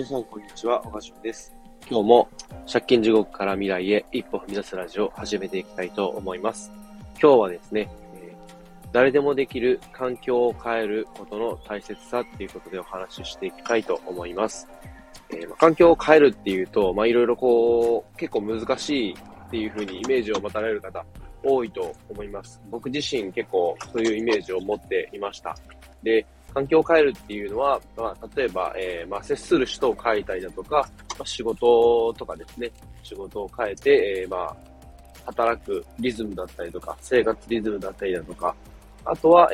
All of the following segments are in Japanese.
さん、こんにちは。おはじめです。今日も借金地獄から未来へ一歩踏み出すラジオを始めていきたいと思います。今日はですね、誰でもできる環境を変えることの大切さっていうことでお話ししていきたいと思います。環境を変えるっていうと、いろいろ結構難しいっていう風にイメージを持たれる方多いと思います。僕自身結構そういうイメージを持っていました。で、環境を変えるっていうのは、例えば、接する人を変えたりだとか、仕事とかですね、仕事を変えて、働くリズムだったりとか、生活リズムだったりだとか、あとは、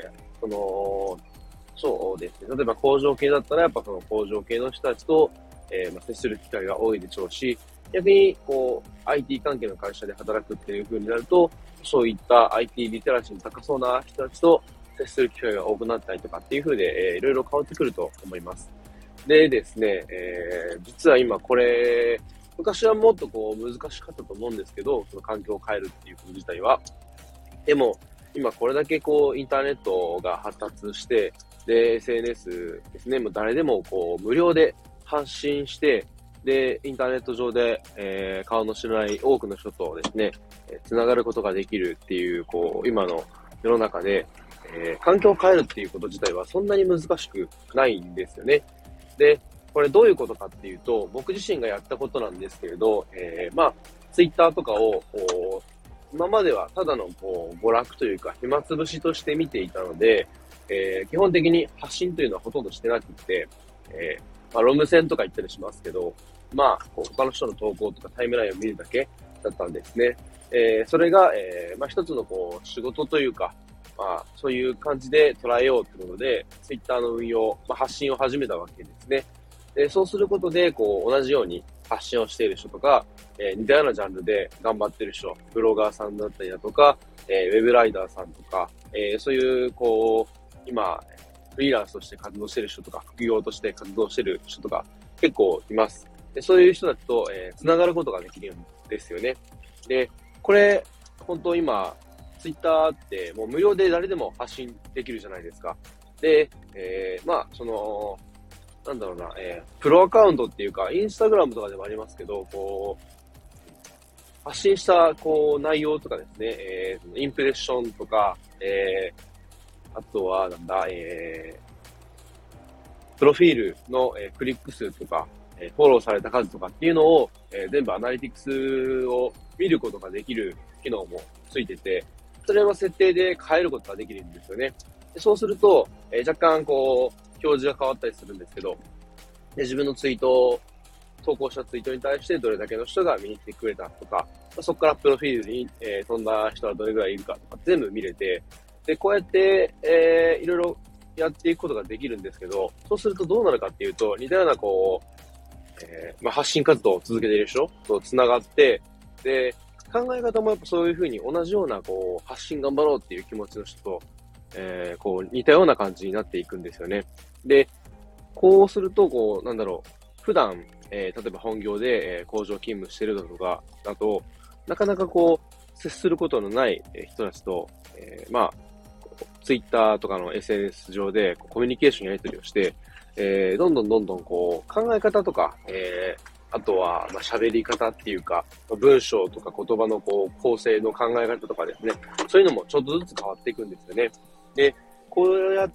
そうですね、例えば工場系だったら、やっぱその工場系の人たちと、接する機会が多いでしょうし、逆に、IT 関係の会社で働くっていう風になると、そういった IT リテラシーの高そうな人たちと接する機会が多くなったりとかっていう風で、いろいろ変わってくると思います。でですね、実は今これ、昔はもっと難しかったと思うんですけど、その環境を変えるっていうこと自体は。でも、今これだけインターネットが発達して、で、SNS ですね、もう誰でも無料で発信して、で、インターネット上で、顔の知らない多くの人とですね、つながることができるっていう、今の世の中で、環境を変えるっていうこと自体はそんなに難しくないんですよね。で、これどういうことかっていうと、僕自身がやったことなんですけれど、ツイッターとかを、今まではただの娯楽というか、暇つぶしとして見ていたので、基本的に発信というのはほとんどしてなくて、ロム線とか言ったりしますけど、他の人の投稿とかタイムラインを見るだけだったんですね。それが、一つの仕事というか、そういう感じで捉えようということで、ツイッターの運用、発信を始めたわけですね。で、そうすることで、同じように発信をしている人とか、似たようなジャンルで頑張っている人、ブロガーさんだったりだとか、ウェブライダーさんとか、そういう、今、フリーランスとして活動している人とか、副業として活動している人とか、結構います。で、そういう人たちと、つながることができるんですよね。で、これ、本当今、ツイッターってもう無料で誰でも発信できるじゃないですか。で、プロアカウントっていうか、インスタグラムとかでもありますけど、発信した、内容とかですね、インプレッションとか、あとは、プロフィールの、クリック数とか、フォローされた数とかっていうのを、全部アナリティクスを見ることができる機能もついてて、それの設定で変えることができるんですよね。でそうすると、若干表示が変わったりするんですけど、で自分のツイートを、投稿したツイートに対してどれだけの人が見に来てくれたとか、そこからプロフィールに、飛んだ人はどれぐらいいるかとか全部見れて、で、こうやって、いろいろやっていくことができるんですけど、そうするとどうなるかっていうと、似たような発信活動を続けている人と繋がって、で、考え方もやっぱそういうふうに同じような発信頑張ろうっていう気持ちの人と、似たような感じになっていくんですよね。で、こうすると、普段、例えば本業で、工場勤務してるだとか、だと、なかなか接することのない人たちと、ツイッターとかの SNS 上でコミュニケーションやり取りをして、どんどん考え方とか、あとは喋り方っていうか、文章とか言葉の構成の考え方とかですね、そういうのもちょっとずつ変わっていくんですよね。で、こうやって、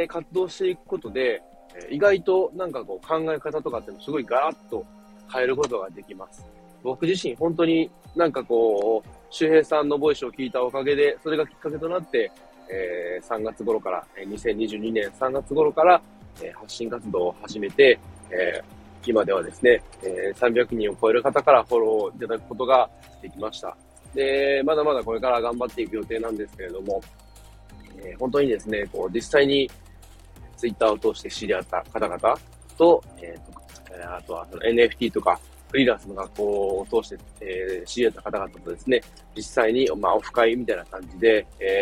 活動していくことで、意外と考え方とかっていうのすごいガラッと変えることができます。僕自身本当に周平さんのボイスを聞いたおかげで、それがきっかけとなって、3月頃から、2022年3月頃から、発信活動を始めて、今ではですね、300人を超える方からフォローいただくことができました。で、まだまだこれから頑張っていく予定なんですけれども、本当にですね、実際にツイッターを通して知り合った方々と、あとはその NFT とか、フリーランスの学校を通して、知り合った方々とですね、実際に、オフ会みたいな感じで、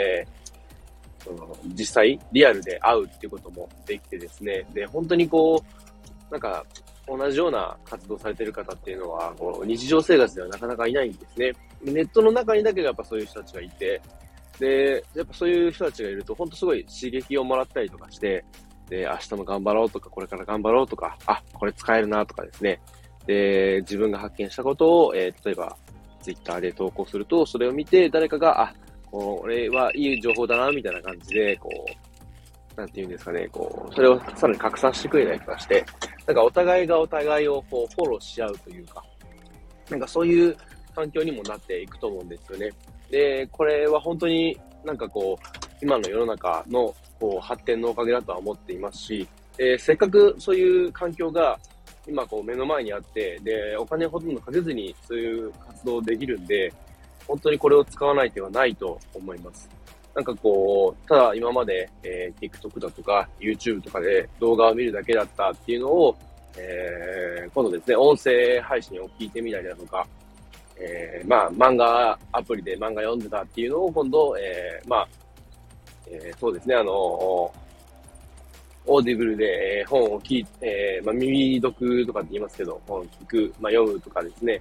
実際、リアルで会うっていうこともできてですね、で、本当に同じような活動されている方っていうのは、日常生活ではなかなかいないんですね。ネットの中にだけがやっぱそういう人たちがいて、で、やっぱそういう人たちがいると、本当すごい刺激をもらったりとかして、 で、明日も頑張ろうとか、これから頑張ろうとか、あ、これ使えるなとかですね。で、自分が発見したことを、例えば、ツイッターで投稿すると、それを見て誰かが、あ、これはいい情報だな、みたいな感じで、なんていうんですかね、それをさらに拡散してくれたりとかして、なんかお互いがお互いをフォローし合うというか、なんかそういう環境にもなっていくと思うんですよね。で、これは本当になんか今の世の中の発展のおかげだとは思っていますし、せっかくそういう環境が今目の前にあって、で、お金ほとんどかけずにそういう活動できるんで、本当にこれを使わない手はないと思います。なんかただ今まで、TikTok だとか YouTube とかで動画を見るだけだったっていうのを、今度ですね、音声配信を聞いてみたりだとか、漫画アプリで漫画読んでたっていうのを今度、そうですね、オーディブルで本を聞いて、耳読とかって言いますけど、本を聞く、読むとかですね、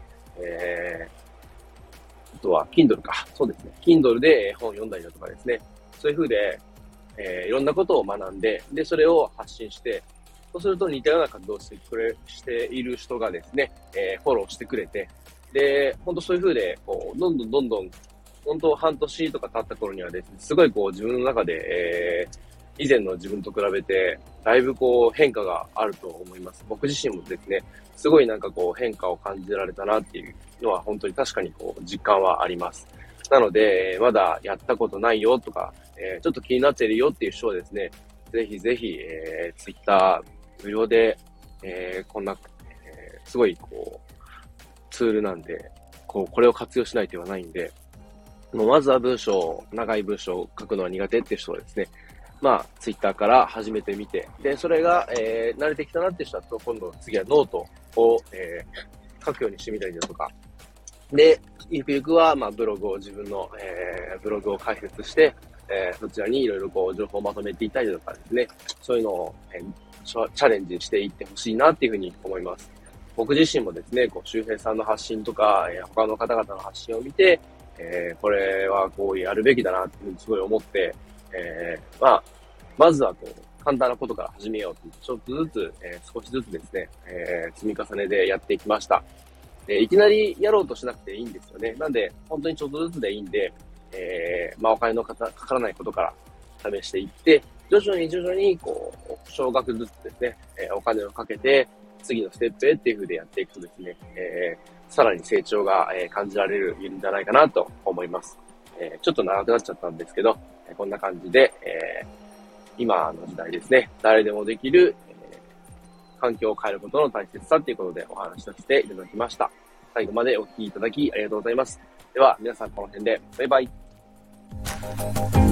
あとは Kindle か。そうですね。Kindle で本を読んだりだとかですね。そういう風で、いろんなことを学んで、で、それを発信して、そうすると似たような活動をしている人がですね、フォローしてくれて、で、本当そういう風で、どんどん、本当半年とか経った頃にはですね、すごい自分の中で、以前の自分と比べて、だいぶ変化があると思います。僕自身もですね、すごいなんか変化を感じられたなっていうのは本当に確かに実感はあります。なので、まだやったことないよとか、ちょっと気になってるよっていう人はですね、ぜひぜひ、Twitter 無料で、こんな、すごいツールなんで、これを活用しない手はないんで、もうまずは長い文章を書くのは苦手っていう人はですね、ツイッターから始めてみて、で、それが、慣れてきたなって人は、今度次はノートを、書くようにしてみたりだとか、で、ゆくゆくは、ブログを自分の、ブログを開設して、そちらにいろいろ情報をまとめていったりだとかですね、そういうのを、チャレンジしていってほしいなっていうふうに思います。僕自身もですね、周平さんの発信とか、他の方々の発信を見て、これはやるべきだなっていうふうにすごい思って、まずは簡単なことから始めようと、ちょっとずつ、少しずつですね、積み重ねでやっていきました。で、いきなりやろうとしなくていいんですよね。なんで、本当にちょっとずつでいいんで、お金のかからないことから試していって、徐々に少額ずつですね、お金をかけて、次のステップへっていう風でやっていくとですね、さらに成長が、感じられるんじゃないかなと思います。ちょっと長くなっちゃったんですけど、こんな感じで、今の時代ですね、誰でもできる、環境を変えることの大切さということでお話しさせていただきました。最後までお聞きいただきありがとうございます。では、皆さんこの辺で、バイバイ。